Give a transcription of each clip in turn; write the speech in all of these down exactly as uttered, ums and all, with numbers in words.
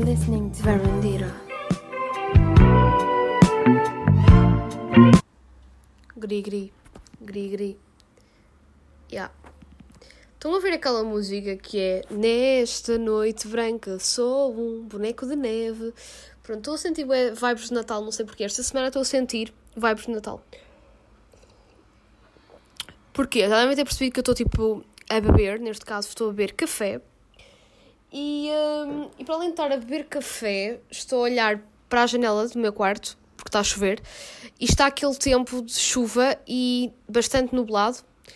listening to Verandira. Gri, gri, gri, gri. Yeah. Estão a ver aquela música que é Nesta noite branca sou um boneco de neve. Pronto, estou a sentir vibes de Natal, não sei porquê. Esta semana estou a sentir vibes de Natal. Porquê? Já devem ter percebido que eu estou tipo a beber, neste caso estou a beber café. E, um, e para além de estar a beber café, estou a olhar para a janela do meu quarto, porque está a chover, e está aquele tempo de chuva e bastante nublado.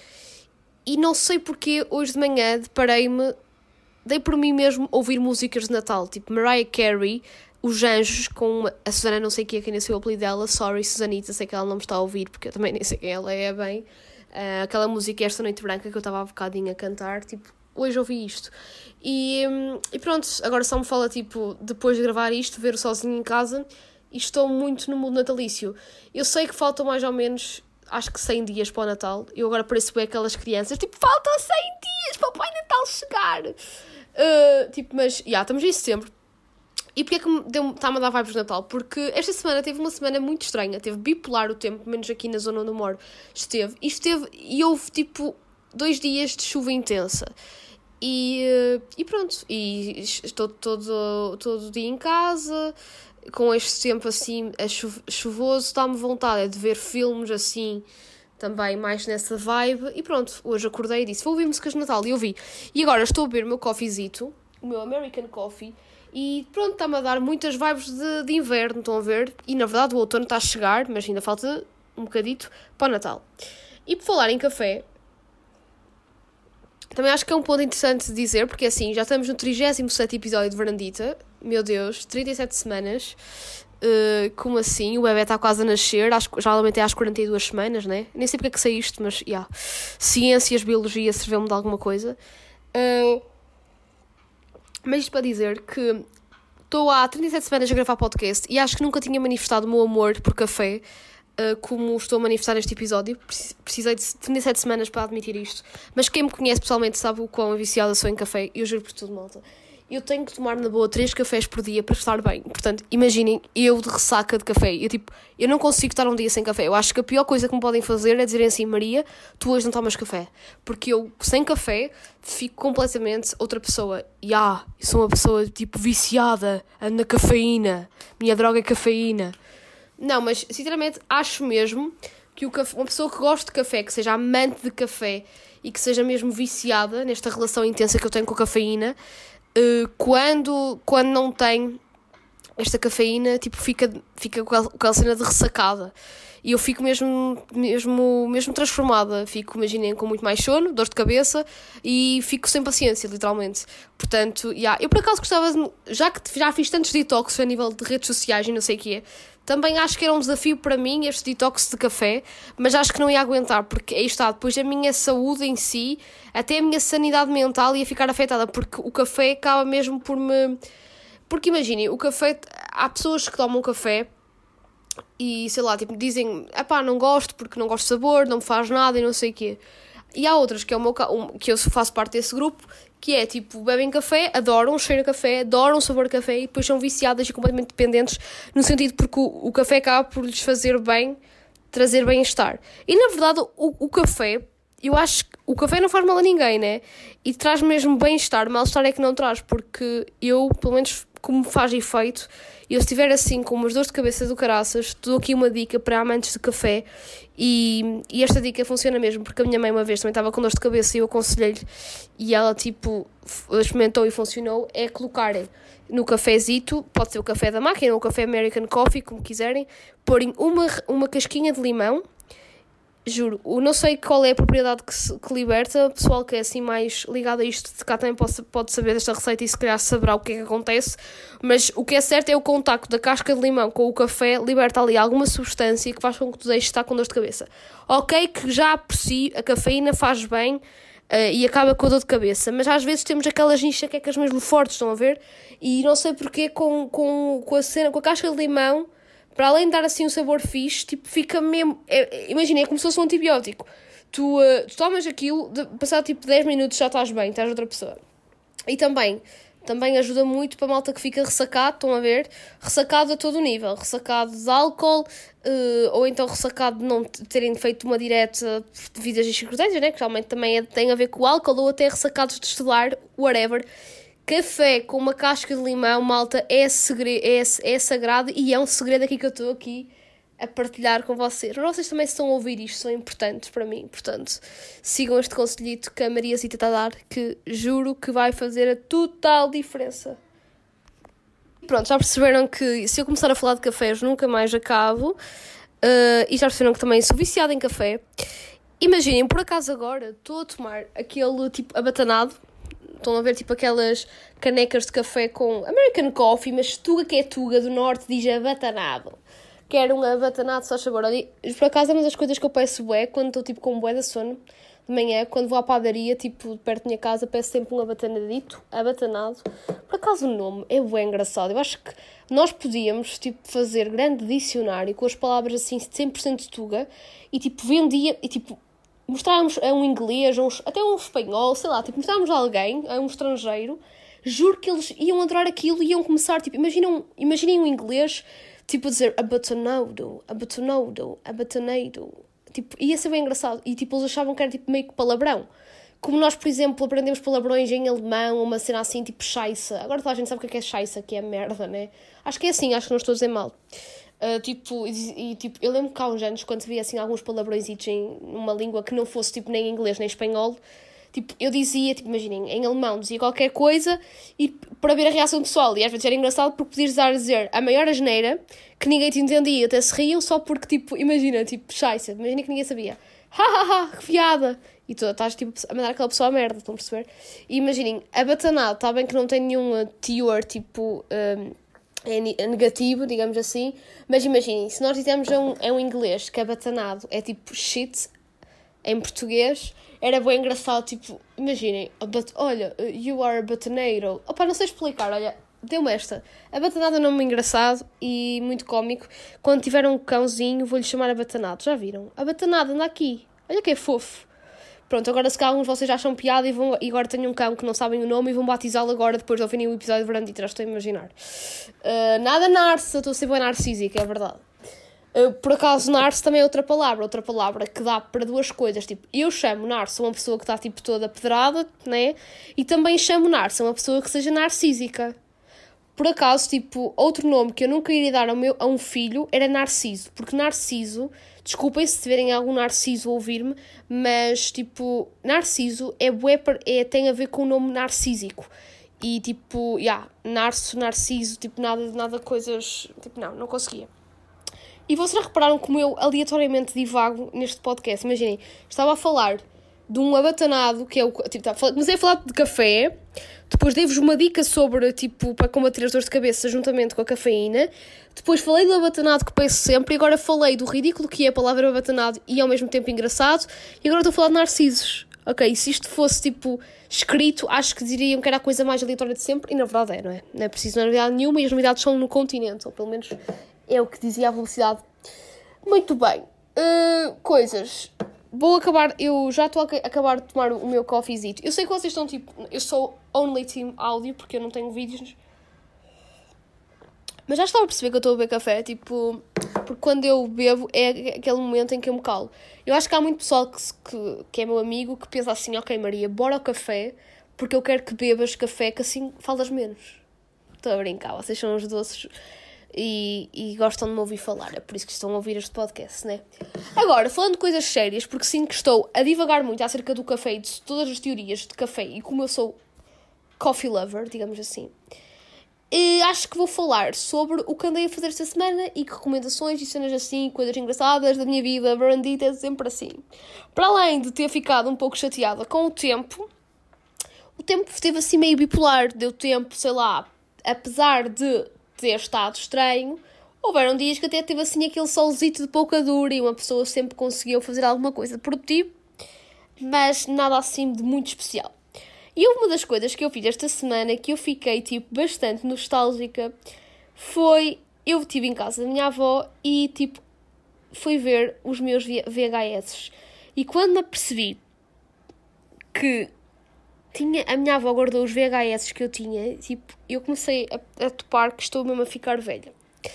E não sei porquê, hoje de manhã deparei-me, dei por mim mesmo ouvir músicas de Natal, tipo Mariah Carey, Os Anjos, com a Susana, não sei quem é, quem nem sei o apelido dela, sorry Susanita, sei que ela não me está a ouvir, porque eu também nem sei quem ela é bem. Uh, aquela música Esta Noite Branca que eu estava há bocadinho a cantar, tipo, hoje ouvi isto. E, e pronto, agora só me fala, tipo, depois de gravar isto, ver sozinho em casa, e estou muito no mundo natalício. Eu sei que faltam mais ou menos, acho que cem dias para o Natal. Eu agora pareço bem aquelas crianças, tipo, faltam cem dias para o Pai Natal chegar. Uh, tipo, mas, já, yeah, estamos em setembro. E porquê é que deu, está-me a dar vibes de Natal? Porque esta semana teve uma semana muito estranha. Teve bipolar o tempo, menos aqui na zona onde eu moro. Esteve. E esteve, e houve, tipo, dois dias de chuva intensa. E, e pronto, e estou todo, todo dia em casa, com este tempo assim chuvoso, dá-me vontade de ver filmes assim, também mais nessa vibe, e pronto, hoje acordei e disse, vou ouvir músicas de Natal, e ouvi. E agora estou a beber o meu coffeezito, o meu American Coffee, e pronto, está-me a dar muitas vibes de, de inverno, estão a ver? E na verdade o outono está a chegar, mas ainda falta um bocadito para o Natal. E por falar em café, também acho que é um ponto interessante de dizer, porque assim, já estamos no trigésimo sétimo episódio de Verandita. Meu Deus, trinta e sete semanas. Uh, como assim? O bebê está quase a nascer, acho, já aumentei às quarenta e duas semanas, né? Nem sei porque é que sei isto, mas, já. Yeah. Ciências, biologia, serviu-me de alguma coisa. Uh, mas isto para dizer que estou há trinta e sete semanas a gravar podcast e acho que nunca tinha manifestado o meu amor por café, Uh, como estou a manifestar neste episódio. Precisei de trinta e sete semanas para admitir isto, mas quem me conhece pessoalmente sabe o quão viciada sou em café. Eu juro por tudo, malta, eu tenho que tomar na boa três cafés por dia para estar bem. Portanto, imaginem, eu de ressaca de café, eu tipo, eu não consigo estar um dia sem café. Eu acho que a pior coisa que me podem fazer é dizerem assim, Maria, tu hoje não tomas café, porque eu, sem café, fico completamente outra pessoa. E ah, eu sou uma pessoa tipo viciada na cafeína, minha droga é cafeína. Não, mas sinceramente acho mesmo que o café, uma pessoa que gosta de café, que seja amante de café e que seja mesmo viciada nesta relação intensa que eu tenho com a cafeína, uh, quando, quando não tem esta cafeína, tipo, fica, fica com aquela cena de ressacada. E eu fico mesmo, mesmo, mesmo transformada. Fico, imaginem, com muito mais sono, dor de cabeça e fico sem paciência, literalmente. Portanto, yeah, eu por acaso gostava de... Já que já fiz tantos detox a nível de redes sociais e não sei o que é, também acho que era um desafio para mim este detox de café, mas acho que não ia aguentar, porque aí está, depois a minha saúde em si, até a minha sanidade mental ia ficar afetada, porque o café acaba mesmo por me... Porque imaginem, o café... Há pessoas que tomam café e, sei lá, tipo, dizem, epá, não gosto porque não gosto de sabor, não me faz nada e não sei o quê. E há outras, que é o meu um, que eu faço parte desse grupo, que é, tipo, bebem café, adoram o cheiro a café, adoram o sabor de café e depois são viciadas e completamente dependentes, no sentido porque o, o café acaba por lhes fazer bem, trazer bem-estar. E, na verdade, o, o café, eu acho que o café não faz mal a ninguém, né? E traz mesmo bem-estar, mal-estar é que não traz, porque eu, pelo menos, como faz efeito, eu se estiver assim com umas dores de cabeça do caraças, dou aqui uma dica para amantes de café e, e esta dica funciona mesmo, porque a minha mãe uma vez também estava com dores de cabeça e eu aconselhei-lhe e ela tipo experimentou e funcionou, é colocarem no cafezito, pode ser o café da máquina ou o café American Coffee, como quiserem, porem uma, uma casquinha de limão. Juro, eu não sei qual é a propriedade que, se, que liberta, o pessoal que é assim mais ligado a isto de cá também pode, pode saber desta receita e se calhar saberá o que é que acontece, mas o que é certo é o contacto da casca de limão com o café liberta ali alguma substância que faz com que tu deixes de estar com dor de cabeça. Ok, que já por si a cafeína faz bem uh, e acaba com a dor de cabeça, mas às vezes temos aquelas enxaquecas mesmo fortes, estão a ver? E não sei porquê com, com, com, a, cena, com a casca de limão, para além de dar assim um sabor fixe, tipo, fica mesmo... É, imagina, é como se fosse um antibiótico. Tu, uh, tu tomas aquilo, de, passado tipo dez minutos já estás bem, estás outra pessoa. E também, Também ajuda muito para a malta que fica ressacado, estão a ver? Ressacado a todo o nível. Ressacado de álcool, uh, ou então ressacado de não terem feito uma direta devido às circunstâncias, né? Que realmente também é, tem a ver com o álcool, ou até ressacados de estelar, whatever. Café com uma casca de limão, malta, é, segre- é, é sagrado e é um segredo aqui que eu estou aqui a partilhar com vocês. Mas vocês também estão a ouvir isto, são importantes para mim. Portanto, sigam este conselhito que a Maria Zita está a dar, que juro que vai fazer a total diferença. Pronto, já perceberam que se eu começar a falar de cafés nunca mais acabo. Uh, e já perceberam que também sou viciada em café. Imaginem, por acaso agora estou a tomar aquele tipo abatanado. Estão a ver tipo aquelas canecas de café com American Coffee, mas Tuga que é Tuga do Norte diz abatanado. Quero um abatanado, só sabor. Olha, por acaso é uma das coisas que eu peço bué quando estou tipo com bué de sono de manhã, quando vou à padaria, tipo perto da minha casa, peço sempre um abatanadito, abatanado. Por acaso o nome é bué engraçado. Eu acho que nós podíamos tipo fazer grande dicionário com as palavras assim cem por cento de Tuga e tipo vendia e tipo mostrávamos a um inglês, a um, até a um espanhol, sei lá, tipo mostrávamos a alguém, a um estrangeiro, juro que eles iam adorar aquilo e iam começar, tipo, imaginem, imaginem um inglês tipo a dizer abatonado, abatonado, abatonado. Tipo, ia ser bem engraçado. E tipo, eles achavam que era tipo meio que palavrão. Como nós, por exemplo, aprendemos palavrões em alemão, uma cena assim, tipo scheisse. Agora toda a gente sabe o que é scheisse, que é merda, né? Acho que é assim, acho que não estou a dizer mal. Uh, tipo, e, e, tipo, eu lembro que há uns anos, quando via assim alguns palavrões em uma língua que não fosse tipo nem inglês nem espanhol, tipo, eu dizia, tipo, imaginem, em alemão dizia qualquer coisa e para ver a reação do pessoal. E às vezes era engraçado porque podias usar a dizer a maior asneira que ninguém te entendia, até se riam só porque, tipo, imagina, tipo, scheisse, imagina que ninguém sabia. Ha ha ha, que piada! E tu estás, tipo, a mandar aquela pessoa a merda, estão a perceber? E imaginem, abatanado, está bem que não tem nenhum teor, tipo, um, é negativo, digamos assim, mas imaginem, se nós dizemos a um, a um inglês que abatanado é tipo shit, em português, era bem engraçado, tipo, imaginem, but, olha, you are a bataneiro. Opa, não sei explicar, olha, deu-me esta. Abatanado é um nome engraçado e muito cómico. Quando tiver um cãozinho, vou-lhe chamar abatanado, já viram? Abatanado, anda aqui, olha que é fofo. Pronto, agora se calhar alguns de vocês acham piada e, vão, e agora tenho um cão que não sabem o nome e vão batizá-lo agora depois de ouvirem o episódio de Verandita, já estou a imaginar. Uh, nada narça, estou a ser bem narcísica, é verdade. Uh, por acaso, narce também é outra palavra, outra palavra que dá para duas coisas. Tipo, eu chamo narce uma pessoa que está tipo toda pedrada, né? E também chamo narce uma pessoa que seja narcísica. Por acaso, tipo, outro nome que eu nunca iria dar ao meu, a um filho era Narciso, porque Narciso, desculpem se tiverem algum Narciso a ouvir-me, mas, tipo, Narciso é, bué, é, tem a ver com o nome narcísico. E, tipo, já, yeah, Narso, Narciso, tipo, nada, nada coisas, tipo, não, não conseguia. E vocês já repararam como eu aleatoriamente divago neste podcast? Imaginem, estava a falar de um abatanado, que é o... Tipo, comecei a falar de café, depois dei-vos uma dica sobre, tipo, para combater as dores de cabeça juntamente com a cafeína, depois falei do abatanado que penso sempre, e agora falei do ridículo que é a palavra abatanado e ao mesmo tempo engraçado, e agora estou a falar de narcisos. Ok, e se isto fosse, tipo, escrito, acho que diriam que era a coisa mais aleatória de sempre, e na verdade é, não é? Não é preciso novidade nenhuma, e as novidades são no continente, ou pelo menos é o que dizia a velocidade. Muito bem. Uh, coisas... Vou acabar, eu já estou a acabar de tomar o meu coffeezito. Eu sei que vocês estão tipo, eu sou only team áudio porque eu não tenho vídeos. Mas já estava a perceber que eu estou a beber café, tipo, porque quando eu bebo é aquele momento em que eu me calo. Eu acho que há muito pessoal que, que, que é meu amigo que pensa assim, ok Maria, bora ao café, porque eu quero que bebas café que assim falas menos. Estou a brincar, vocês são os doces... E, e gostam de me ouvir falar, é por isso que estão a ouvir este podcast, né? Agora, falando de coisas sérias, porque sinto que estou a divagar muito acerca do café e de todas as teorias de café, e como eu sou coffee lover, digamos assim, e acho que vou falar sobre o que andei a fazer esta semana e que recomendações e cenas assim, coisas engraçadas da minha vida, Verandita, é sempre assim. Para além de ter ficado um pouco chateada com o tempo, o tempo esteve assim meio bipolar, deu tempo, sei lá, apesar de ter estado estranho, houveram dias que até teve assim aquele solzito de pouca dura e uma pessoa sempre conseguiu fazer alguma coisa produtiva, mas nada assim de muito especial. E uma das coisas que eu fiz esta semana que eu fiquei tipo bastante nostálgica foi, eu estive em casa da minha avó e tipo fui ver os meus V H S e quando me apercebi que tinha, a minha avó guardou os V H S que eu tinha, tipo, eu comecei a, a topar que estou mesmo a ficar velha.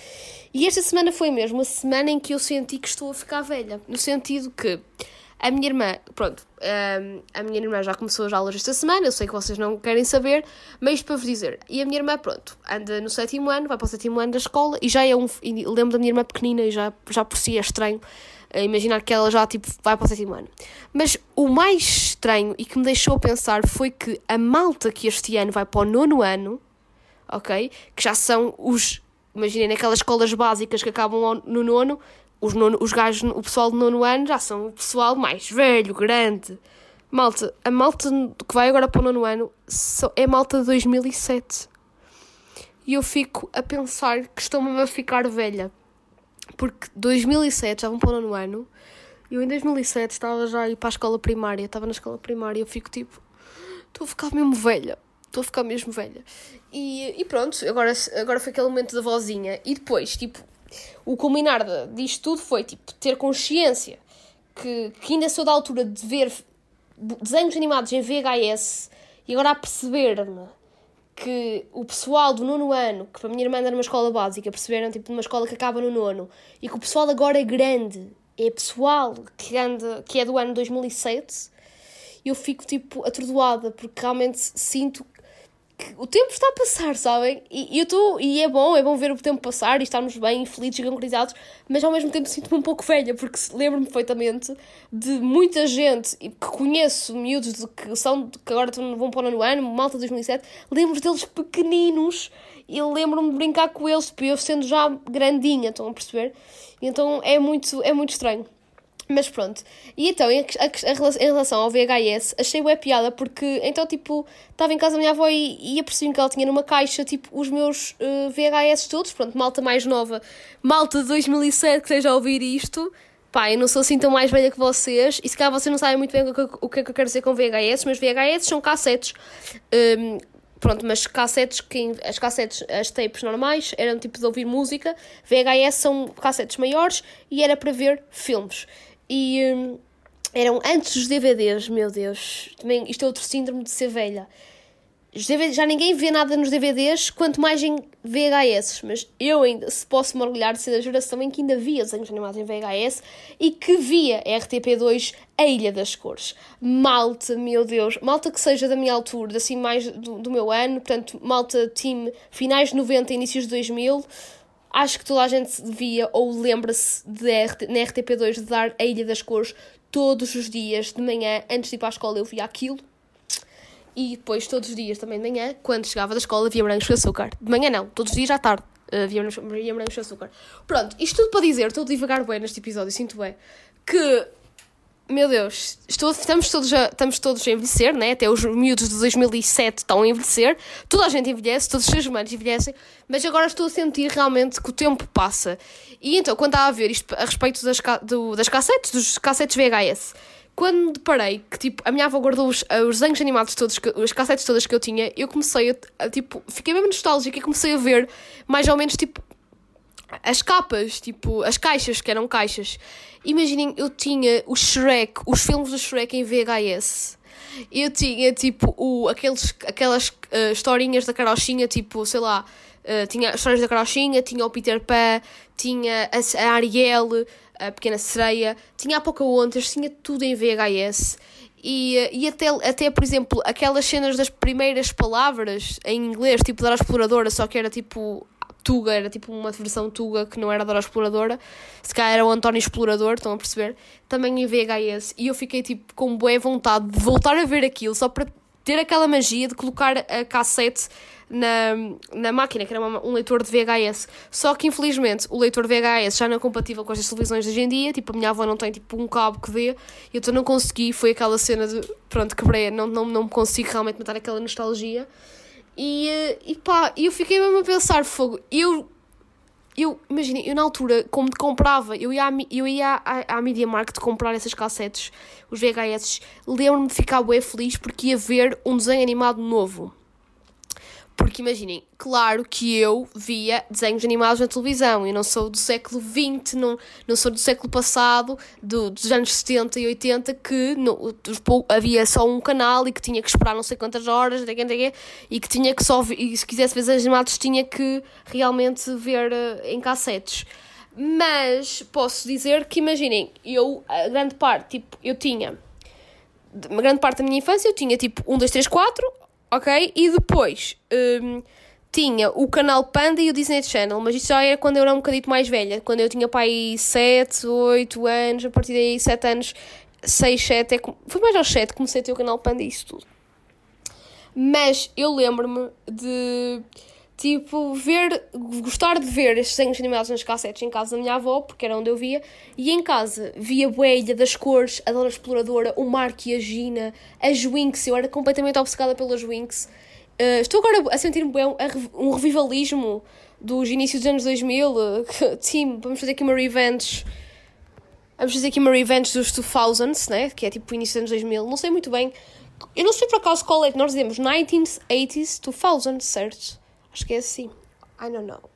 E esta semana foi mesmo a semana em que eu senti que estou a ficar velha, no sentido que a minha irmã, pronto, a minha irmã já começou as aulas esta semana, eu sei que vocês não querem saber, mas isto para vos dizer, e a minha irmã, pronto, anda no sétimo ano, vai para o sétimo ano da escola, e já é um, e lembro da minha irmã pequenina, e já, já por si é estranho, a imaginar que ela já, tipo, vai para o sétimo ano. Mas o mais estranho, e que me deixou a pensar, foi que a malta que este ano vai para o nono ano, ok, que já são os, imaginem, naquelas escolas básicas que acabam no nono, Os, nono, os gajos, o pessoal do nono ano já são o pessoal mais velho, grande. Malta, a malta que vai agora para o nono ano é malta de dois mil e sete. E eu fico a pensar que estou-me a ficar velha. Porque dois mil e sete já vão para o nono ano. E eu em dois mil e sete estava já a ir para a escola primária. Estava na escola primária e eu fico tipo... Estou a ficar mesmo velha. Estou a ficar mesmo velha. E, e pronto, agora, agora foi aquele momento da vozinha. E depois, tipo... O culminar de, disto tudo foi, tipo, ter consciência que, que ainda sou da altura de ver desenhos animados em V H S e agora a perceber-me que o pessoal do nono ano, que para a minha irmã anda numa escola básica, perceberam, tipo, numa escola que acaba no nono, e que o pessoal agora é grande, é pessoal que, anda, que é do ano dois mil e sete, eu fico, tipo, atordoada, porque realmente sinto que o tempo está a passar, sabem? E, e, eu tô, e é bom, é bom ver o tempo passar e estarmos bem, felizes e concretizados, mas ao mesmo tempo sinto-me um pouco velha, porque lembro-me perfeitamente de muita gente que conheço, miúdos de, que, são, que agora vão para o nono ano, malta de dois mil e sete, lembro deles pequeninos e eu lembro-me de brincar com eles, tipo, eu sendo já grandinha, estão a perceber? E então é muito, é muito estranho. Mas pronto, e então, em, a, a, em relação ao V H S, achei bué piada, porque, então, tipo, estava em casa da minha avó e, e apercebi-me que ela tinha numa caixa, tipo, os meus uh, V H S todos, pronto, malta mais nova, malta de dois mil e sete, que esteja a ouvir isto, pá, eu não sou assim tão mais velha que vocês, e se calhar vocês não sabem muito bem o que, o que é que eu quero dizer com V H S, mas V H S são cassetes, um, pronto, mas cassetes, que, as cassetes, as tapes normais, eram tipo de ouvir música, V H S são cassetes maiores, e era para ver filmes. E hum, eram antes dos D V Ds, meu Deus. Também, isto é outro síndrome de ser velha. Os D V Ds, já ninguém vê nada nos D V Ds, quanto mais em V H S. Mas eu ainda, se posso me orgulhar de ser da geração em que ainda via desenhos animados em V H S e que via R T P dois, A Ilha das Cores. Malta, meu Deus. Malta que seja da minha altura, assim mais do, do meu ano. Portanto, malta time finais de noventa, inícios de dois mil... Acho que toda a gente devia ou lembra-se de R T, na R T P dois de dar A Ilha das Cores todos os dias de manhã. Antes de ir para a escola eu via aquilo. E depois todos os dias também de manhã, quando chegava da escola, via Morangos com Açúcar. De manhã não, todos os dias à tarde uh, via, via Morangos com Açúcar. Pronto, isto tudo para dizer, estou a divagar bem neste episódio, sinto bem, que... Meu Deus, estou, estamos, todos a, estamos todos a envelhecer, né? Até os miúdos de dois mil e sete estão a envelhecer. Toda a gente envelhece, todos os seres humanos envelhecem. Mas agora estou a sentir realmente que o tempo passa. E então, quando estava a ver isto a respeito das, do, das cassetes, dos cassetes V H S, quando me deparei que, tipo, a minha avó guardou os, os desenhos animados todos, que, as cassetes todas que eu tinha, eu comecei a, a, tipo, fiquei mesmo nostálgica e comecei a ver, mais ou menos, tipo, as capas, tipo, as caixas, que eram caixas. Imaginem, eu tinha o Shrek, os filmes do Shrek em V H S. Eu tinha, tipo, o, aqueles, aquelas uh, historinhas da Carochinha, tipo, sei lá, uh, tinha histórias da Carochinha, tinha o Peter Pan, tinha a, a Ariel, a Pequena Sereia, tinha a Pocahontas, tinha tudo em V H S. E, e até, até, por exemplo, aquelas cenas das primeiras palavras em inglês, tipo, da Exploradora, só que era, tipo... Tuga, era tipo uma versão Tuga que não era da Dora Exploradora, se calhar era o António Explorador, estão a perceber? Também em V H S, e eu fiquei tipo com boa vontade de voltar a ver aquilo, só para ter aquela magia de colocar a cassete na, na máquina, que era uma, um leitor de V H S. Só que infelizmente o leitor de V H S já não é compatível com as televisões de hoje em dia, tipo a minha avó não tem tipo um cabo que dê, e então não consegui, foi aquela cena de, pronto, quebrei, não, não, não consigo realmente matar aquela nostalgia. E, e pá, eu fiquei mesmo a pensar, fogo, eu, eu imaginem, eu na altura, como comprava, eu ia, à, eu ia à, à Media Market comprar essas cassetes, os V H S, lembro-me de ficar bué feliz porque ia ver um desenho animado novo. Porque imaginem, claro que eu via desenhos animados na televisão, eu não sou do século vinte, não, não sou do século passado, do, dos anos setenta e oitenta, que no, havia só um canal e que tinha que esperar não sei quantas horas, e que tinha que só, e se quisesse ver desenhos animados tinha que realmente ver uh, em cassetes. Mas posso dizer que, imaginem, eu, a grande parte, tipo, eu tinha, uma grande parte da minha infância, eu tinha tipo um, dois, três, quatro, ok? E depois um, tinha o canal Panda e o Disney Channel, mas isso já era quando eu era um bocadito mais velha, quando eu tinha pai sete, oito anos, a partir daí sete anos, seis, sete, é, foi mais aos sete que comecei a ter o canal Panda e isso tudo. Mas eu lembro-me de, tipo, ver, gostar de ver estes desenhos animados nas cassetes em casa da minha avó, porque era onde eu via, e em casa via a Ilha das Cores, a Dora Exploradora, o Marco e a Gina, as Winx, eu era completamente obcecada pelas Winx. Uh, estou agora a sentir-me bem um revivalismo dos inícios dos anos dois mil, sim, vamos fazer aqui uma revenge, vamos fazer aqui uma revenge dos dois mil, né, que é tipo o início dos anos dois mil, não sei muito bem, eu não sei por acaso qual é, nós dizemos nineteen eighties, dois mil, certo? Acho que é assim. I don't know.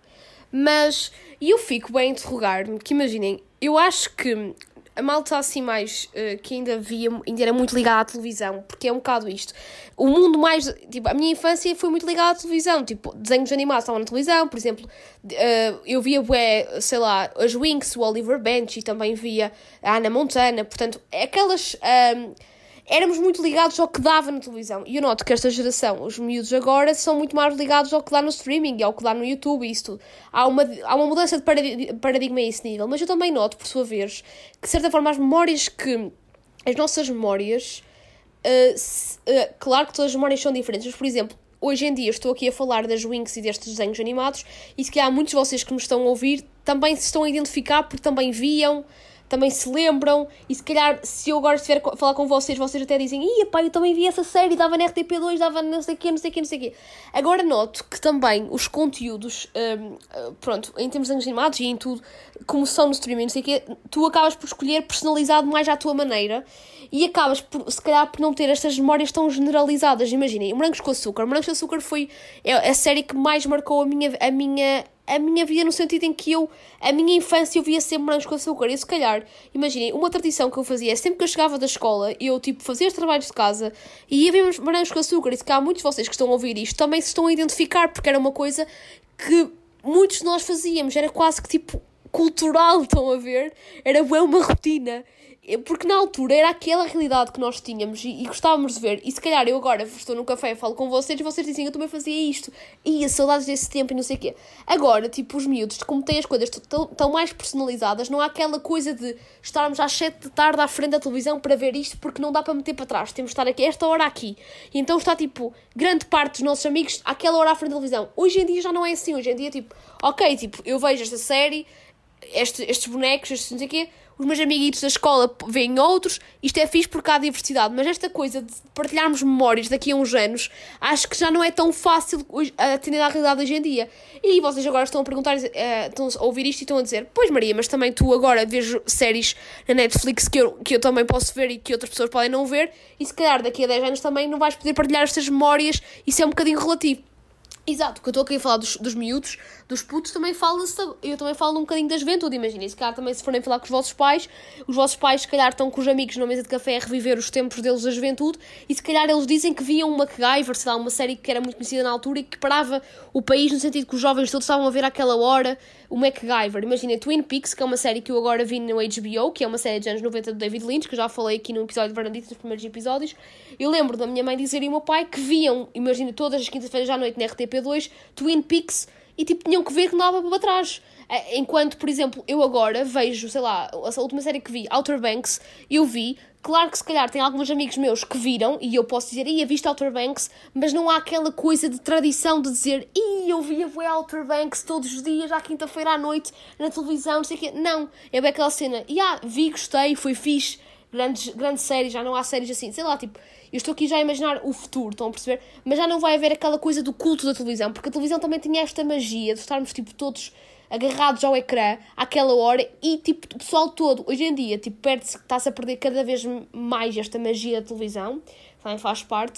Mas eu fico bem a interrogar-me, que imaginem, eu acho que a malta assim mais, uh, que ainda via, ainda era muito ligada à televisão, porque é um bocado isto. O mundo mais, tipo, a minha infância foi muito ligada à televisão, tipo, desenhos animados estavam na televisão, por exemplo, uh, eu via, bué, sei lá, as Winx, o Oliver Bench, e também via a Hannah Montana, portanto, aquelas... Um, éramos muito ligados ao que dava na televisão. E eu noto que esta geração, os miúdos agora, são muito mais ligados ao que dá no streaming, ao que dá no YouTube e isso tudo. Há uma, há uma mudança de paradigma a esse nível. Mas eu também noto, por sua vez, que de certa forma as memórias que... As nossas memórias... Uh, se, uh, claro que todas as memórias são diferentes, mas, por exemplo, hoje em dia estou aqui a falar das Winx e destes desenhos animados, e se calhar muitos de vocês que me estão a ouvir também se estão a identificar porque também viam... também se lembram, e se calhar se eu agora estiver a falar com vocês, vocês até dizem, ia pá, eu também vi essa série, dava na R T P dois, dava não sei o quê, não sei o quê, não sei o quê. Agora noto que também os conteúdos, um, pronto, em termos de desenhos animados e em tudo, como são no streaming, não sei o quê, tu acabas por escolher personalizado mais à tua maneira, e acabas, por, se calhar, por não ter estas memórias tão generalizadas. Imaginem, o Morangos com Açúcar. O Morangos com Açúcar foi a série que mais marcou a minha... A minha a minha vida, no sentido em que eu, a minha infância, eu via sempre Morangos com Açúcar. E se calhar, imaginem, uma tradição que eu fazia é sempre que eu chegava da escola, eu tipo fazia os trabalhos de casa e ia ver Morangos com Açúcar. E se calhar muitos de vocês que estão a ouvir isto também se estão a identificar, porque era uma coisa que muitos de nós fazíamos, era quase que tipo cultural, estão a ver? Era uma rotina. Porque na altura era aquela realidade que nós tínhamos e, e gostávamos de ver. E se calhar eu agora estou no café e falo com vocês e vocês dizem, eu também fazia isto. E as saudades desse tempo e não sei o quê. Agora, tipo, os miúdos, como têm as coisas tão, tão mais personalizadas, não há aquela coisa de estarmos às sete da tarde à frente da televisão para ver isto porque não dá para meter para trás. Temos de estar aqui, esta hora aqui. E então está, tipo, grande parte dos nossos amigos àquela hora à frente da televisão. Hoje em dia já não é assim. Hoje em dia, tipo, ok, tipo, eu vejo esta série, este, estes bonecos, estes não sei o quê, os meus amiguitos da escola veem outros, isto é fixe porque há diversidade, mas esta coisa de partilharmos memórias daqui a uns anos, acho que já não é tão fácil atender à realidade hoje em dia. E vocês agora estão a perguntar, uh, estão a ouvir isto e estão a dizer, pois Maria, mas também tu agora vês séries na Netflix que eu, que eu também posso ver e que outras pessoas podem não ver, e se calhar daqui a dez anos também não vais poder partilhar estas memórias, isso é um bocadinho relativo. Exato, que eu estou aqui a falar dos, dos miúdos, dos putos, também falo-se, eu também falo um bocadinho da juventude, imaginem, se calhar também se forem falar com os vossos pais, os vossos pais se calhar estão com os amigos numa mesa de café a reviver os tempos deles da juventude, e se calhar eles dizem que viam uma MacGyver, sei lá, uma série que era muito conhecida na altura e que parava o país no sentido que os jovens todos estavam a ver àquela hora o MacGyver. Imaginem, Twin Peaks, que é uma série que eu agora vi no H B O, que é uma série dos anos noventa do David Lynch, que eu já falei aqui no episódio de Bernadette, nos primeiros episódios. Eu lembro da minha mãe dizer e o meu pai que viam, imagina, todas as quintas-feiras à noite na R T P dois, Twin Peaks, e tipo, tinham que ver que não dava para trás. Enquanto, por exemplo, eu agora vejo, sei lá, a última série que vi, Outer Banks, eu vi, claro que se calhar tem alguns amigos meus que viram, e eu posso dizer, ia, viste Outer Banks, mas não há aquela coisa de tradição de dizer, ih, eu via Outer Banks todos os dias, à quinta-feira à noite, na televisão, não sei o quê. Não, é bem aquela cena, e ah, vi, gostei, foi fixe, grandes, grandes séries, já não há séries assim, sei lá, tipo, eu estou aqui já a imaginar o futuro, estão a perceber? Mas já não vai haver aquela coisa do culto da televisão, porque a televisão também tinha esta magia de estarmos, tipo, todos agarrados ao ecrã àquela hora e, tipo, o pessoal todo, hoje em dia, tipo, perde-se, está-se a perder cada vez mais esta magia da televisão, também faz parte,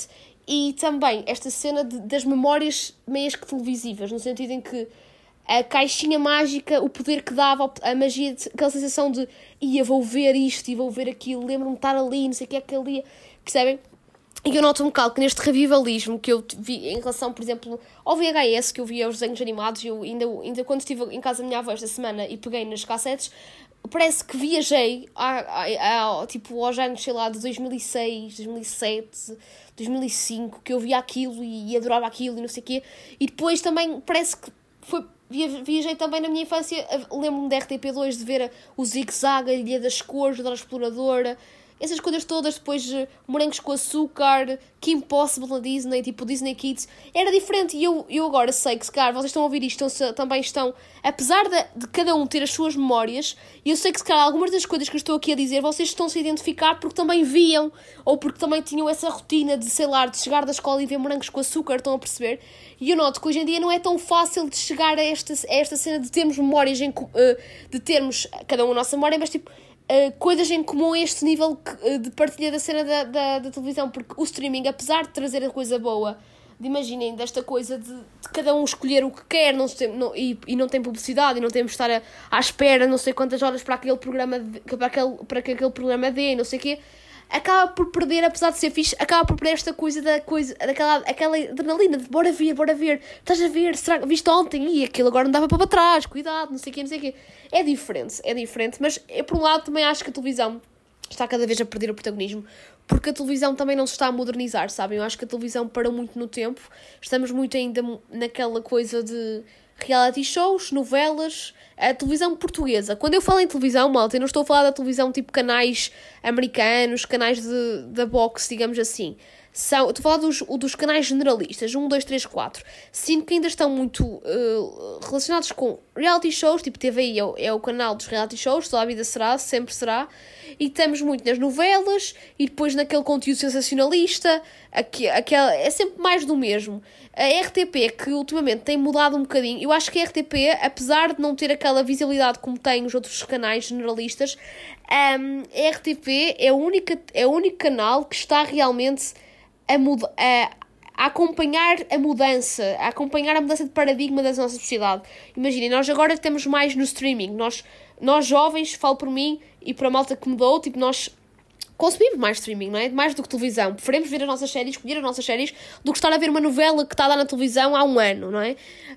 e também esta cena de, das memórias meias que televisivas, no sentido em que a caixinha mágica, o poder que dava, a magia, de, aquela sensação de ia, vou ver isto e vou ver aquilo, lembro-me de estar ali, não sei o que é que ali, percebem? E eu noto um bocado que neste revivalismo que eu vi em relação, por exemplo, ao V H S, que eu via os desenhos animados, eu ainda, ainda quando estive em casa da minha avó esta semana e peguei nas cassetes, parece que viajei a, a, a, tipo, aos anos, sei lá, de dois mil e seis, dois mil e sete, dois mil e cinco, que eu via aquilo e, e adorava aquilo e não sei o quê. E depois também parece que foi, viajei também na minha infância, lembro-me da R T P dois de ver o Zig Zag, a Ilha das Cores, da Exploradora, essas coisas todas, depois de Morangos com Açúcar, Kim Possible na Disney, tipo Disney Kids, era diferente. E eu, eu agora sei que, se calhar, vocês estão a ouvir isto, estão, também estão, apesar de, de cada um ter as suas memórias, e eu sei que, se calhar, algumas das coisas que eu estou aqui a dizer, vocês estão-se a identificar porque também viam, ou porque também tinham essa rotina de, sei lá, de chegar da escola e ver Morangos com Açúcar, estão a perceber? E eu noto que hoje em dia não é tão fácil de chegar a esta, a esta cena de termos memórias, em, de termos cada um a nossa memória, mas tipo, Uh, coisas em comum a este nível que, uh, de partilha da cena da, da, da televisão, porque o streaming, apesar de trazer a coisa boa, de, imaginem, desta coisa de, de cada um escolher o que quer, não se tem, não, e, e não tem publicidade, e não temos de estar a, à espera não sei quantas horas para aquele programa, de, para, aquele, para que aquele programa dê, não sei o quê, acaba por perder, apesar de ser fixe, acaba por perder esta coisa da coisa, daquela aquela adrenalina de bora ver, bora ver, estás a ver, será que viste ontem? E aquilo agora não dava para trás, cuidado, não sei o quê, não sei o quê. É diferente, é diferente, mas eu, por um lado, também acho que a televisão está cada vez a perder o protagonismo, porque a televisão também não se está a modernizar, sabem? Eu acho que a televisão parou muito no tempo, estamos muito ainda naquela coisa de reality shows, novelas, a televisão portuguesa. Quando eu falo em televisão, malta, eu não estou a falar da televisão tipo canais americanos, canais de, da box, digamos assim. São, estou a falar dos, dos canais generalistas, um, dois, três, quatro. Sinto que ainda estão muito uh, relacionados com reality shows, tipo T V I é o, é o canal dos reality shows, toda a vida será, sempre será. E estamos muito nas novelas e depois naquele conteúdo sensacionalista, aqui, aquela, é sempre mais do mesmo. A R T P, que ultimamente tem mudado um bocadinho, eu acho que a R T P, apesar de não ter aquela visibilidade como tem os outros canais generalistas, um, a R T P é o único, é o único canal que está realmente a, muda, a, a acompanhar a mudança, a acompanhar a mudança de paradigma da nossa sociedade. Imaginem, nós agora estamos mais no streaming, nós, nós jovens, falo por mim e para a malta que mudou, tipo, nós consumimos mais streaming, não é? Mais do que televisão. Preferimos ver as nossas séries, escolher as nossas séries, do que estar a ver uma novela que está a dar na televisão há um ano, não é?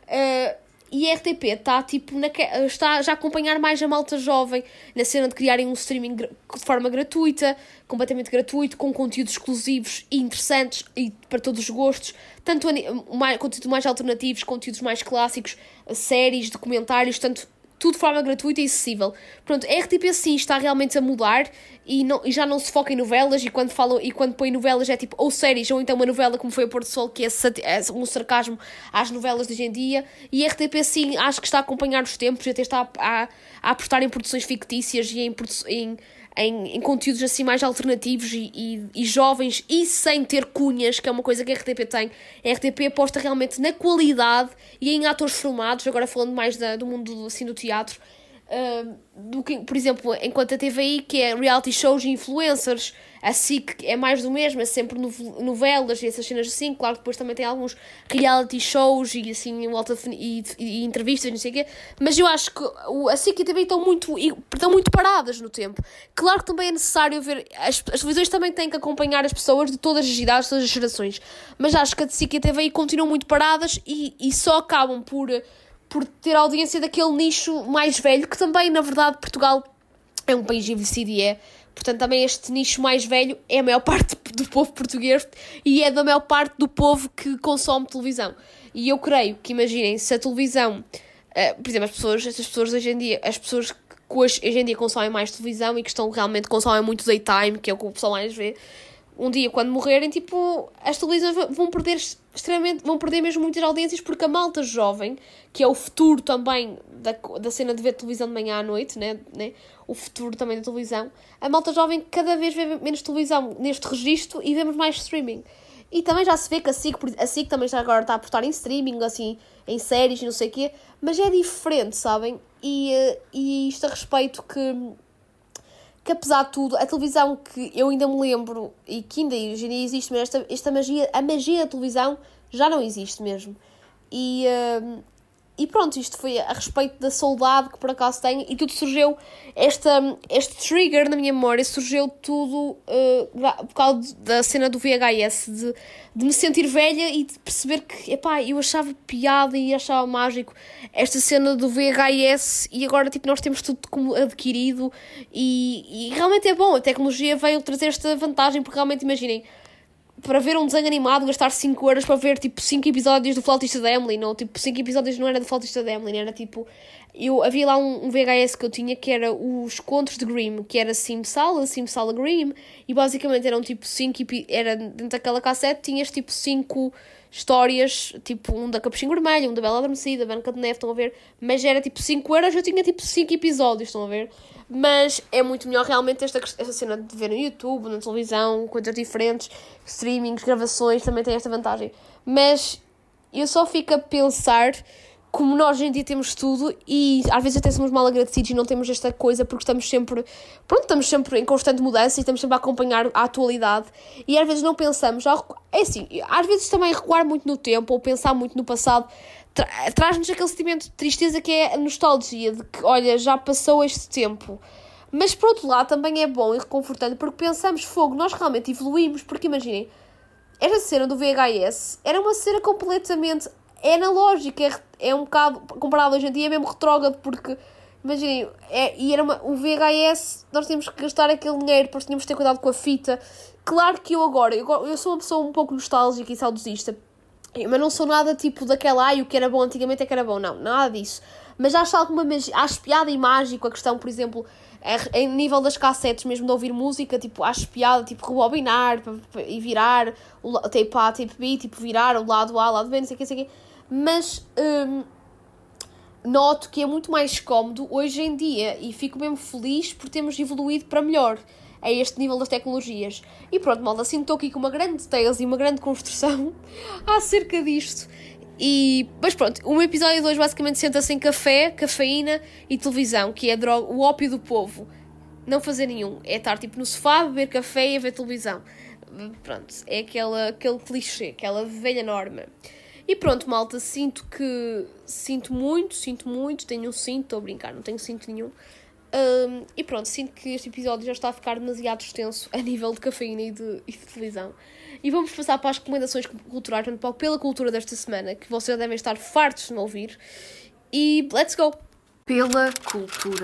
Uh, e a R T P está, tipo, naque... está já a acompanhar mais a malta jovem na cena de criarem um streaming de forma gratuita, completamente gratuito, com conteúdos exclusivos e interessantes e para todos os gostos, tanto mais, conteúdos mais alternativos, conteúdos mais clássicos, séries, documentários, tanto tudo de forma gratuita e acessível. Pronto, a R T P sim está realmente a mudar e, não, e já não se foca em novelas, e quando, falam, e quando põe novelas é tipo ou séries ou então uma novela como foi a Pôr do Sol, que é, é um sarcasmo às novelas de hoje em dia. E a R T P sim acho que está a acompanhar os tempos e até está a, a, a apostar em produções fictícias e em, em, em, em conteúdos assim mais alternativos e, e, e jovens e sem ter cunhas, que é uma coisa que a R T P tem. A R T P aposta realmente na qualidade e em atores filmados, agora falando mais da, do mundo assim, do teatro, uh, do que, por exemplo, enquanto a T V I, que é reality shows e influencers, a S I C é mais do mesmo, é sempre novelas e essas cenas assim. Claro que depois também tem alguns reality shows e assim, volta e, e, e entrevistas, não sei o quê, mas eu acho que a S I C e a T V I estão muito, estão muito paradas no tempo. Claro que também é necessário ver, as, as televisões também têm que acompanhar as pessoas de todas as idades, todas as gerações, mas acho que a S I C e a T V I continuam muito paradas e, e só acabam por, por ter a audiência daquele nicho mais velho, que também, na verdade, Portugal é um país envelhecido e é. Portanto, também este nicho mais velho é a maior parte do povo português e é da maior parte do povo que consome televisão. E eu creio que, imaginem, se a televisão... Uh, por exemplo, as pessoas, essas pessoas hoje em dia... As pessoas que hoje, hoje em dia consomem mais televisão e que estão realmente consomem muito daytime, que é o que o pessoal mais vê, um dia, quando morrerem, tipo, as televisões vão perder extremamente... Vão perder mesmo muitas audiências, porque a malta jovem, que é o futuro também da, da cena de ver televisão de manhã à noite, né, né? O futuro também da televisão, a malta jovem cada vez vê menos televisão neste registro e vemos mais streaming. E também já se vê que a S I C, a S I C também já agora está a apostar em streaming, assim, em séries e não sei o quê, mas é diferente, sabem? E, e isto a respeito que, que apesar de tudo, a televisão que eu ainda me lembro, e que ainda hoje em dia existe, mas esta, esta magia, a magia da televisão já não existe mesmo. E, uh, e pronto, isto foi a respeito da saudade que por acaso tenho, e tudo surgiu, esta, este trigger na minha memória, surgiu tudo uh, por causa da cena do V H S, de, de me sentir velha e de perceber que, epá, eu achava piada e achava mágico esta cena do V H S, e agora tipo, nós temos tudo como adquirido, e, e realmente é bom, a tecnologia veio trazer esta vantagem, porque realmente imaginem, para ver um desenho animado, gastar cinco euros para ver, tipo, cinco episódios do Flautista da Emily, não, tipo, cinco episódios não era do Flautista da Emily, era, tipo, eu, havia lá um, um V H S que eu tinha, que era os Contos de Grimm, que era Simsala, Simsala Grimm, e basicamente eram, tipo, cinco, era dentro daquela cassete, tinhas, tipo, cinco histórias, tipo, um da Capuchinho Vermelho, um da Bela Adormecida, Branca de Neve, estão a ver, mas era, tipo, cinco euros, eu tinha, tipo, cinco episódios, estão a ver. Mas é muito melhor realmente esta, esta cena de ver no YouTube, na televisão, coisas diferentes, streamings, gravações, também tem esta vantagem. Mas eu só fico a pensar como nós hoje em dia temos tudo e às vezes até somos mal agradecidos e não temos esta coisa porque estamos sempre, pronto, estamos sempre em constante mudança e estamos sempre a acompanhar a atualidade e às vezes não pensamos, é assim, às vezes também recuar muito no tempo ou pensar muito no passado Tra- traz-nos aquele sentimento de tristeza que é a nostalgia, de que, olha, já passou este tempo. Mas, por outro lado, também é bom e reconfortante, porque pensamos, fogo, nós realmente evoluímos, porque imaginem, esta cena do V H S era uma cena completamente analógica, é, é um bocado, comparado hoje em dia, é mesmo retrógrado, porque, imaginem, é, e era uma, o V H S, nós tínhamos que gastar aquele dinheiro, depois tínhamos que ter cuidado com a fita. Claro que eu agora, eu, eu sou uma pessoa um pouco nostálgica e saudosista, mas não sou nada tipo daquela, ai, o que era bom antigamente é que era bom, não, nada disso. Mas acho alguma magia, acho piada e mágico a questão, por exemplo, em nível das cassetes, mesmo de ouvir música, tipo, acho piada, tipo, rebobinar e virar, o tape A, tape B, tipo, virar o lado A, o lado B, não sei o que, não sei o que. Mas hum, noto que é muito mais cómodo hoje em dia e fico mesmo feliz por termos evoluído para melhor a este nível das tecnologias. E pronto, malta, assim estou aqui com uma grande tese e uma grande construção acerca disto. E, mas pronto, o meu episódio de hoje basicamente senta-se em café, cafeína e televisão, que é a droga, o ópio do povo. Não fazer nenhum, é estar tipo no sofá, beber café e a ver televisão. Pronto, é aquela, aquele clichê, aquela velha norma. E pronto, malta, sinto que... Sinto muito, sinto muito, tenho um cinto, estou a brincar, não tenho cinto nenhum. Um, e pronto, sinto que este episódio já está a ficar demasiado extenso a nível de cafeína e de, e de televisão. E vamos passar para as recomendações culturais, portanto, pela cultura desta semana, que vocês devem estar fartos de me ouvir. E let's go! Pela cultura.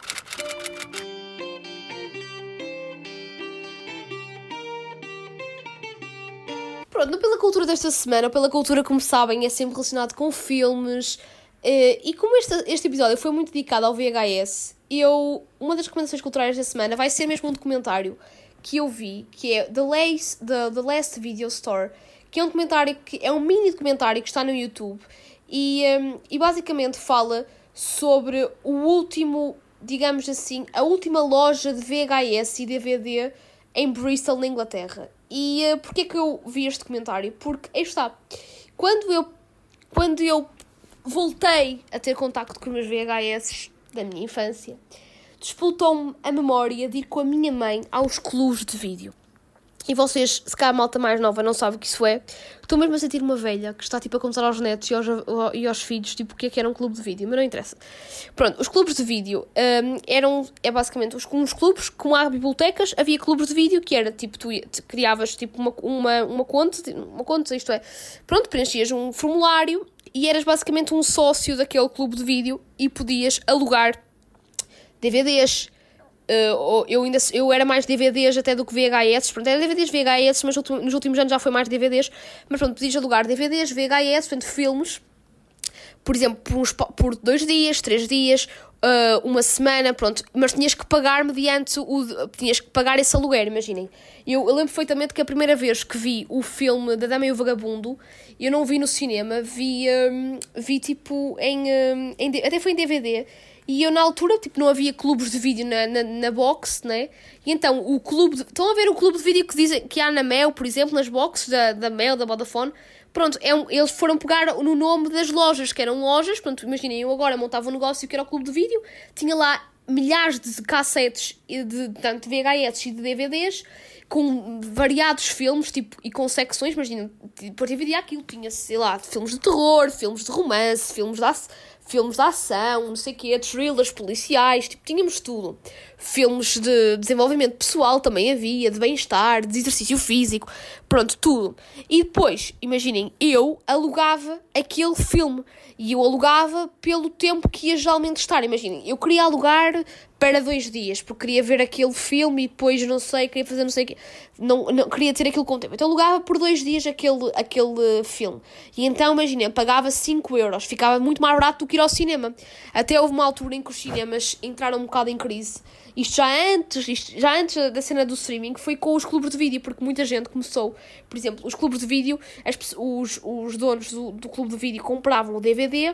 Pronto, pela cultura desta semana, pela cultura, como sabem, é sempre relacionado com filmes. Uh, e como este, este episódio foi muito dedicado ao V H S, eu, uma das recomendações culturais da semana vai ser mesmo um documentário que eu vi, que é The Last, The, The Last Video Store, que é um documentário que é um mini documentário que está no YouTube e, um, e basicamente fala sobre o último, digamos assim, a última loja de V H S e D V D em Bristol, na Inglaterra. E uh, porquê que eu vi este documentário? Porque, aí está, quando eu, quando eu voltei a ter contacto com os meus V H S da minha infância, disputou-me a memória de ir com a minha mãe aos clubes de vídeo. E vocês, se calhar a malta mais nova não sabe o que isso é, estou mesmo a sentir uma velha que está tipo a contar aos netos e aos, e aos filhos tipo o que é que era um clube de vídeo, mas não interessa. Pronto, os clubes de vídeo um, eram, é basicamente uns, uns clubes, como há bibliotecas, havia clubes de vídeo que era tipo, tu criavas tipo uma, uma, uma conta, uma conta, isto é, pronto, preenchias um formulário e eras basicamente um sócio daquele clube de vídeo e podias alugar D V Ds. Uh, eu, ainda, eu era mais D V Ds até do que V H S. Pronto, era D V Ds, V H S, mas nos últimos anos já foi mais D V Ds. Mas pronto, podias alugar D V Ds, V H S, portanto, filmes, por exemplo, por, uns, por dois dias, três dias, uh, uma semana, pronto. Mas tinhas que pagar mediante o... Tinhas que pagar esse aluguer, imaginem. Eu, eu lembro perfeitamente que a primeira vez que vi o filme da Dama e o Vagabundo, eu não vi no cinema, vi, um, vi tipo em, um, em... Até foi em D V D. E eu, na altura, tipo, não havia clubes de vídeo na, na, na box, né? E então, o clube... De, estão a ver o clube de vídeo que, dizem, que há na Mel, por exemplo, nas boxes da, da Mel, da Vodafone? Pronto, é um, eles foram pegar no nome das lojas, que eram lojas. Pronto, imaginem, eu agora montava um negócio que era o clube de vídeo. Tinha lá milhares de cassetes, de, tanto de V H S e de D V Ds, com variados filmes, tipo, e com secções, imagina, por D V D aquilo tinha, sei lá, filmes de terror, filmes de romance, filmes de, ac- filmes de ação, não sei o quê, thrillers policiais, tipo, tínhamos tudo. Filmes de desenvolvimento pessoal também havia, de bem-estar, de exercício físico, pronto, tudo. E depois, imaginem, eu alugava aquele filme, e eu alugava pelo tempo que ia geralmente estar, imaginem, eu queria alugar para dois dias, porque queria ver aquele filme e depois, não sei, queria fazer não sei o quê, não, não, queria ter aquilo com tempo. Então alugava por dois dias aquele, aquele filme. E então, imagina, pagava cinco euros, ficava muito mais barato do que ir ao cinema. Até houve uma altura em que os cinemas entraram um bocado em crise. Isto já antes, isto já antes da cena do streaming, foi com os clubes de vídeo, porque muita gente começou, por exemplo, os clubes de vídeo, as, os, os donos do, do clube de vídeo compravam o D V D.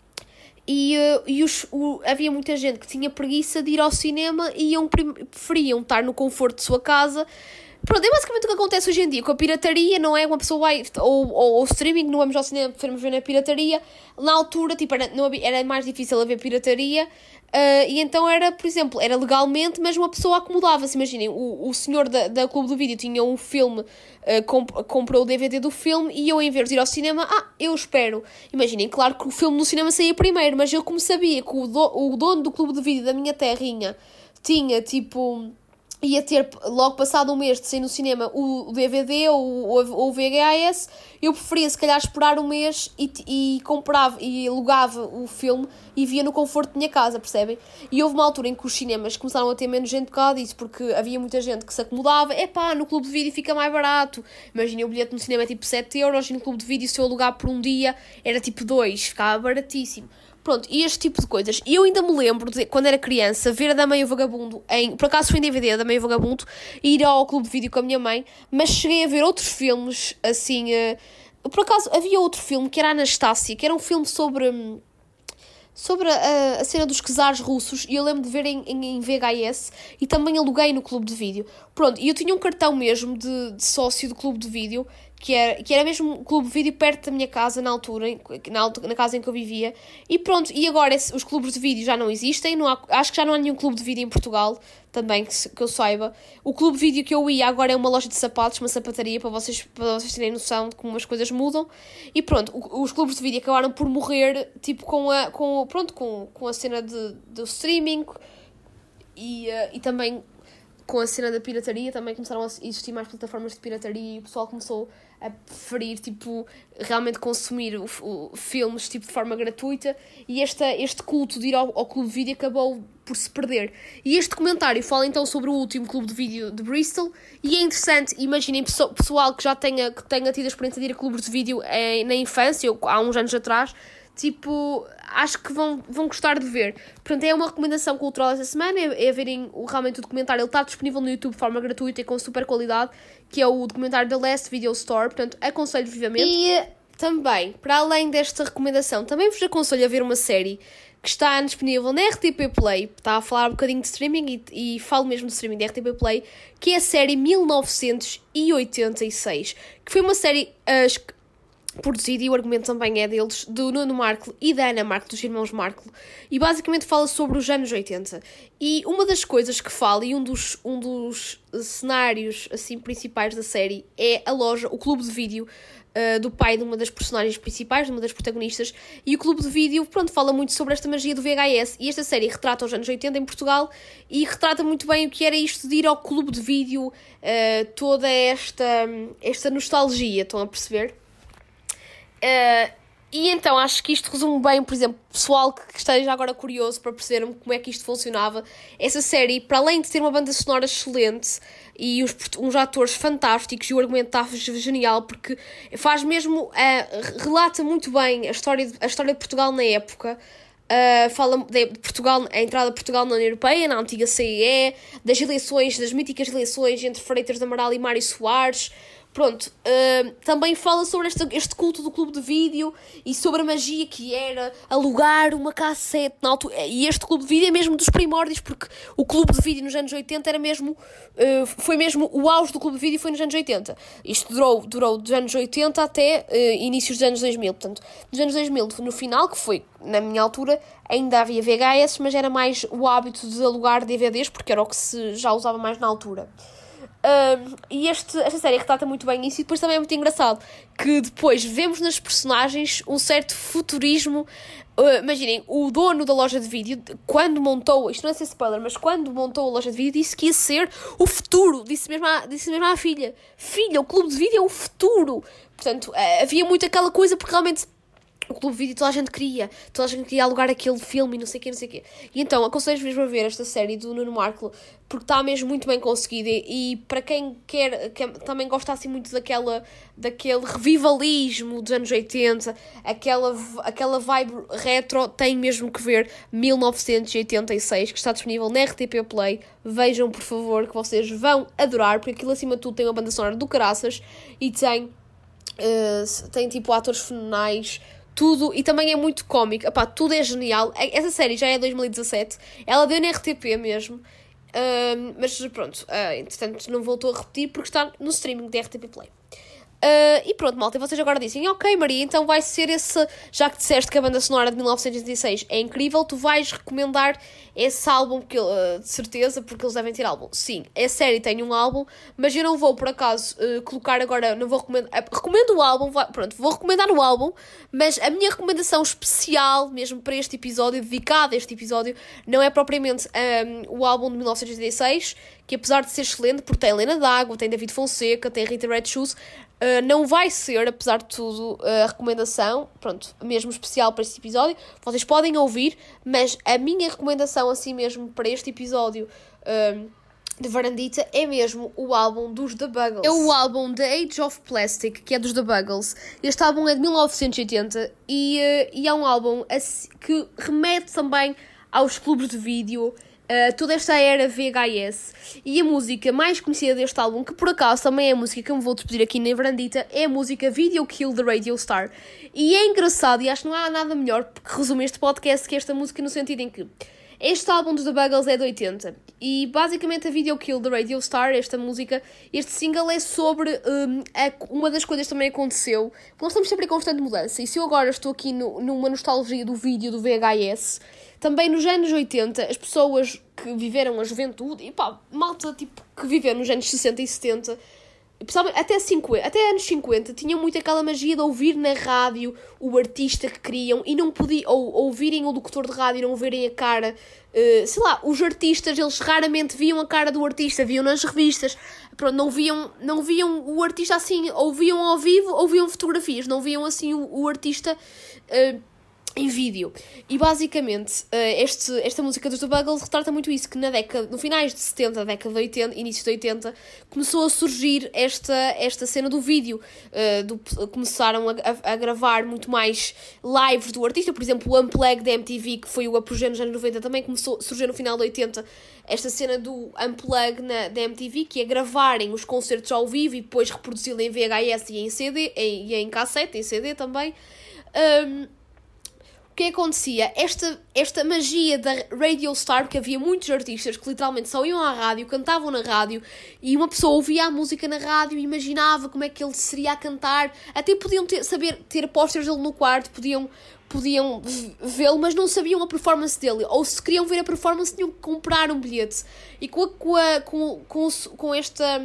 E, uh, e os, o, havia muita gente que tinha preguiça de ir ao cinema e iam, preferiam estar no conforto de sua casa. Pronto, é basicamente o que acontece hoje em dia com a pirataria, não é? Uma pessoa vai, ou, ou, ou streaming, não vamos ao cinema, preferimos ver na pirataria. Na altura, tipo, era, não havia, era mais difícil haver pirataria, uh, e então era, por exemplo, era legalmente, mas uma pessoa acomodava-se. Imaginem, o, o senhor da, da Clube do Vídeo tinha um filme, uh, comp, comprou o D V D do filme, e eu, em vez de ir ao cinema, ah, eu espero. Imaginem, claro que o filme no cinema saía primeiro, mas eu, como sabia que o, do, o dono do Clube do Vídeo da minha terrinha tinha, tipo, ia ter, logo passado um mês de sair no cinema, o D V D ou o V H S, eu preferia se calhar esperar um mês e, e comprava e alugava o filme e via no conforto da minha casa, percebem? E houve uma altura em que os cinemas começaram a ter menos gente por causa disso, porque havia muita gente que se acomodava. Epá, no clube de vídeo fica mais barato. Imagina, o bilhete no cinema é tipo sete euros e no clube de vídeo, se eu alugar por um dia, era tipo dois, ficava baratíssimo. Pronto, e este tipo de coisas. E eu ainda me lembro de, quando era criança, ver a Dama e o Vagabundo, em, por acaso foi em D V D, a Dama e o Vagabundo, e ir ao clube de vídeo com a minha mãe, mas cheguei a ver outros filmes, assim, uh, por acaso havia outro filme, que era a Anastácia, que era um filme sobre, sobre a, a cena dos czares russos, e eu lembro de ver em, em, em V H S, e também aluguei no clube de vídeo. Pronto, e eu tinha um cartão mesmo de, de sócio do clube de vídeo, que era, que era mesmo um clube de vídeo perto da minha casa na altura, na, na casa em que eu vivia, e pronto, e agora esse, os clubes de vídeo já não existem, não há, acho que já não há nenhum clube de vídeo em Portugal, também, que, que eu saiba. O clube de vídeo que eu ia agora é uma loja de sapatos, uma sapataria, para vocês, para vocês terem noção de como as coisas mudam, e pronto, os clubes de vídeo acabaram por morrer, tipo, com a, com, pronto, com, com a cena de, do streaming, e, uh, e também com a cena da pirataria, também começaram a existir mais plataformas de pirataria, e o pessoal começou a preferir, tipo, realmente consumir o, o, filmes, tipo, de forma gratuita, e esta, este culto de ir ao, ao clube de vídeo acabou por se perder. E este documentário fala então sobre o último clube de vídeo de Bristol, e é interessante. Imaginem pessoal que já tenha, que tenha tido a experiência de ir a clubes de vídeo em, na infância, ou há uns anos atrás, tipo, acho que vão, vão gostar de ver. Portanto, é uma recomendação cultural esta semana, é, é verem o, realmente o documentário. Ele está disponível no YouTube de forma gratuita e com super qualidade, que é o documentário The Last Video Store, portanto, aconselho vivamente. E também, para além desta recomendação, também vos aconselho a ver uma série que está disponível na R T P Play, está a falar um bocadinho de streaming e, e falo mesmo de streaming da R T P Play, que é a série mil novecentos e oitenta e seis, que foi uma série uh, produzida, e o argumento também é deles, do Nuno Markle e da Ana Markle, dos irmãos Markle, e basicamente fala sobre os anos oitenta. E uma das coisas que fala, e um dos, um dos cenários assim, principais da série, é a loja, o clube de vídeo, Uh, do pai de uma das personagens principais, de uma das protagonistas, e o clube de vídeo, pronto, fala muito sobre esta magia do V H S, e esta série retrata os anos oitenta em Portugal, e retrata muito bem o que era isto de ir ao clube de vídeo, uh, toda esta, esta nostalgia, estão a perceber? Uh, e então acho que isto resume bem, por exemplo, pessoal que esteja agora curioso para perceber como é que isto funcionava. Essa série, para além de ter uma banda sonora excelente e uns, uns atores fantásticos, e o argumento está genial, porque faz mesmo, uh, relata muito bem a história de, a história de Portugal na época. Uh, fala de Portugal, a entrada de Portugal na União Europeia, na antiga C E E, das eleições, das míticas eleições entre Freitas de Amaral e Mário Soares. Pronto, uh, também fala sobre este, este culto do clube de vídeo e sobre a magia que era alugar uma cassete na altura. E este clube de vídeo é mesmo dos primórdios, porque o clube de vídeo nos anos oitenta era mesmo, uh, foi mesmo o auge do clube de vídeo, foi nos anos oitenta. Isto durou, durou dos anos oitenta até uh, inícios dos anos dois mil. Portanto, nos anos dois mil, no final, que foi na minha altura, ainda havia V H S, mas era mais o hábito de alugar D V Ds, porque era o que se já usava mais na altura. Um, e este, esta série retrata muito bem isso, e depois também é muito engraçado que depois vemos nas personagens um certo futurismo. Uh, imaginem, o dono da loja de vídeo, quando montou, isto não é ser spoiler, mas quando montou a loja de vídeo, disse que ia ser o futuro, disse mesmo à, disse mesmo à filha, filha, o clube de vídeo é o futuro. Portanto, uh, havia muito aquela coisa, porque realmente o clube de vídeo toda a gente queria, toda a gente queria alugar aquele filme e não sei o quê, não sei o quê. E então, aconselho mesmo a ver esta série do Nuno Marco, porque está mesmo muito bem conseguida, e, e para quem quer, que também gosta assim muito daquela, daquele revivalismo dos anos oitenta, aquela, aquela vibe retro, tem mesmo que ver mil novecentos e oitenta e seis, que está disponível na R T P Play. Vejam, por favor, que vocês vão adorar, porque aquilo acima de tudo tem uma banda sonora do caraças, e tem, uh, tem tipo atores fenomenais, tudo, e também é muito cómico. Epá, tudo é genial. Essa série já é dois mil e dezassete, ela deu na R T P mesmo, uh, mas pronto, uh, entretanto não voltou a repetir porque está no streaming da R T P Play. Uh, e pronto, malta, e vocês agora dizem, ok, Maria, então vai ser esse, já que disseste que a banda sonora de mil novecentos e oitenta e seis é incrível, tu vais recomendar esse álbum, porque, uh, de certeza, porque eles devem ter álbum. Sim, a série tem um álbum, mas eu não vou, por acaso, uh, colocar agora, não vou recomendar, uh, recomendo o álbum, vai, pronto, vou recomendar o álbum, mas a minha recomendação especial, mesmo para este episódio, dedicada a este episódio, não é propriamente um, o álbum de mil novecentos e oitenta e seis, que apesar de ser excelente, porque tem Helena D'Água, tem David Fonseca, tem Rita Red Shoes, Uh, não vai ser, apesar de tudo, a recomendação, pronto, mesmo especial para este episódio. Vocês podem ouvir, mas a minha recomendação, assim mesmo, para este episódio uh, de Varandita, é mesmo o álbum dos The Buggles. É o álbum The Age of Plastic, que é dos The Buggles. Este álbum é de mil novecentos e oitenta e, uh, e é um álbum que remete também aos clubes de vídeo, Uh, toda esta era V H S, e a música mais conhecida deste álbum, que por acaso também é a música que eu me vou despedir aqui na Varandita, é a música Video Kill the Radio Star. E é engraçado, e acho que não há nada melhor que resume este podcast que esta música, no sentido em que este álbum dos The Buggles é de oitenta, e basicamente a Video Kill the Radio Star, esta música, este single é sobre um, a, uma das coisas que também aconteceu, porque nós estamos sempre em constante mudança, e se eu agora estou aqui no, numa nostalgia do vídeo do V H S, também nos anos oitenta, as pessoas que viveram a juventude, e pá, malta tipo, que viveram nos anos sessenta e setenta, até, cinquenta, até anos cinquenta, tinham muito aquela magia de ouvir na rádio o artista que queriam, e não podiam, ou ouvirem o locutor de rádio e não verem a cara, uh, sei lá, os artistas, eles raramente viam a cara do artista, viam nas revistas, pronto, não viam, não viam o artista assim, ou viam ao vivo, ou viam fotografias, não viam assim o, o artista Uh, em vídeo. E basicamente este, esta música dos The Buggles retrata muito isso, que na década, no finais de setenta, década de oitenta, início de oitenta, começou a surgir esta, esta cena do vídeo, uh, do, começaram a, a, a gravar muito mais lives do artista, por exemplo o Unplugged da M T V, que foi o apogeu nos anos noventa, também começou a surgir no final de oitenta, esta cena do Unplugged na, da M T V, que é gravarem os concertos ao vivo e depois reproduzi-los em V H S e em C D, e, e em cassete, em C D também. Um, O que acontecia? Esta, esta magia da Radio Star, porque havia muitos artistas que literalmente só iam à rádio, cantavam na rádio, e uma pessoa ouvia a música na rádio e imaginava como é que ele seria a cantar, até podiam ter, saber, ter posters dele no quarto, podiam, podiam vê-lo, mas não sabiam a performance dele, ou se queriam ver a performance tinham que comprar um bilhete. E com, a, com, a, com, com, com esta...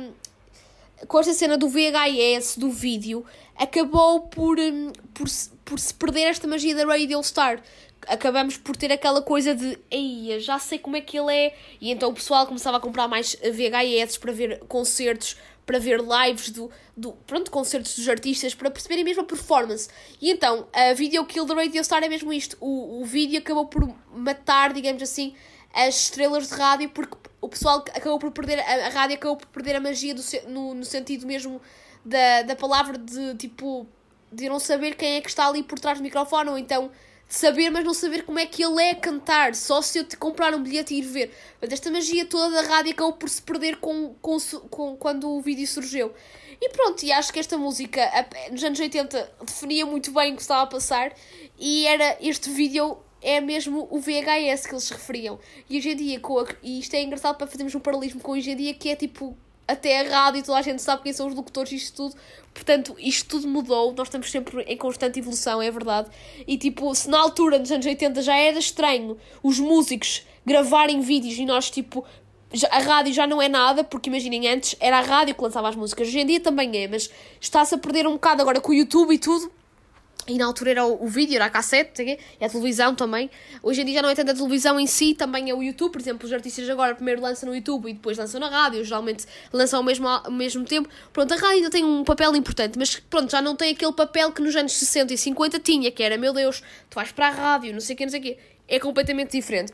com esta cena do V H S, do vídeo, acabou por, por, por se perder esta magia da Radio Star. Acabamos por ter aquela coisa de, ei, já sei como é que ele é, e então o pessoal começava a comprar mais V H S para ver concertos, para ver lives do, do pronto, concertos dos artistas, para perceberem mesmo a performance. E então, a Video Kill the Radio Star é mesmo isto. O, o vídeo acabou por matar, digamos assim, as estrelas de rádio, porque o pessoal acabou por perder, a, a rádio acabou por perder a magia do, no, no sentido mesmo da, da palavra, de tipo, de não saber quem é que está ali por trás do microfone, ou então de saber, mas não saber como é que ele é a cantar, só se eu te comprar um bilhete e ir ver. Portanto, esta magia toda da rádio acabou por se perder com, com, com, quando o vídeo surgiu. E pronto, e acho que esta música, nos anos oitenta, definia muito bem o que estava a passar, e era este vídeo... é mesmo o V H S que eles se referiam. E hoje em dia, com a, e isto é engraçado para fazermos um paralelismo com hoje em dia, que é tipo, até a rádio, toda a gente sabe quem são os locutores e isto tudo. Portanto, isto tudo mudou, nós estamos sempre em constante evolução, é verdade. E tipo, se na altura, nos anos oitenta, já era estranho os músicos gravarem vídeos e nós tipo... Já, a rádio já não é nada, porque imaginem, antes era a rádio que lançava as músicas, hoje em dia também é, mas está-se a perder um bocado agora com o YouTube e tudo. E na altura era o, o vídeo, era a cassete, e a televisão também. Hoje em dia já não é tanto a televisão em si, também é o YouTube. Por exemplo, os artistas agora primeiro lançam no YouTube e depois lançam na rádio. Geralmente lançam ao mesmo, ao mesmo tempo. Pronto, a rádio ainda tem um papel importante, mas pronto, já não tem aquele papel que nos anos sessenta e cinquenta tinha, que era, meu Deus, tu vais para a rádio, não sei o quê, não sei o quê. É completamente diferente.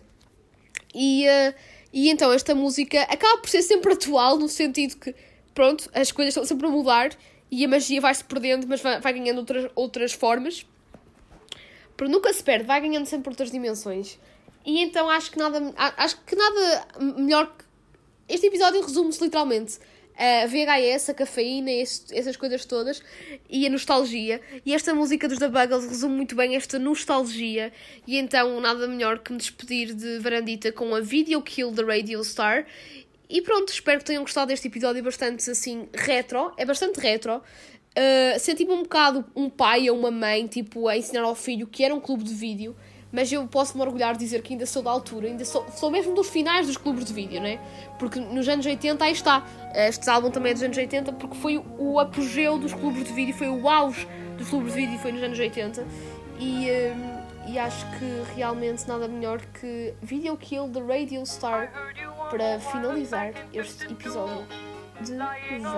E, uh, e então esta música acaba por ser sempre atual, no sentido que, pronto, as coisas estão sempre a mudar. E a magia vai-se perdendo, mas vai, vai ganhando outras, outras formas. Porque nunca se perde, vai ganhando sempre outras dimensões. E então acho que nada, acho que nada melhor que... Este episódio resume-se literalmente a V H S, a cafeína, esse, essas coisas todas, e a nostalgia. E esta música dos The Buggles resume muito bem esta nostalgia. E então nada melhor que me despedir de Varandita com a Video Kill the Radio Star. E pronto, espero que tenham gostado deste episódio bastante, assim, retro. É bastante retro. Uh, Senti-me um bocado um pai ou uma mãe, tipo, a ensinar ao filho que era um clube de vídeo. Mas eu posso-me orgulhar de dizer que ainda sou da altura. Ainda sou, sou mesmo dos finais dos clubes de vídeo, né? Porque nos anos oitenta, aí está. Este álbum também é dos anos oitenta, porque foi o apogeu dos clubes de vídeo. Foi o auge dos clubes de vídeo, foi nos anos oitenta. E... Uh, E acho que realmente nada melhor que Video Kill the Radio Star para finalizar este episódio de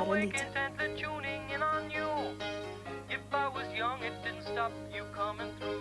Varandita.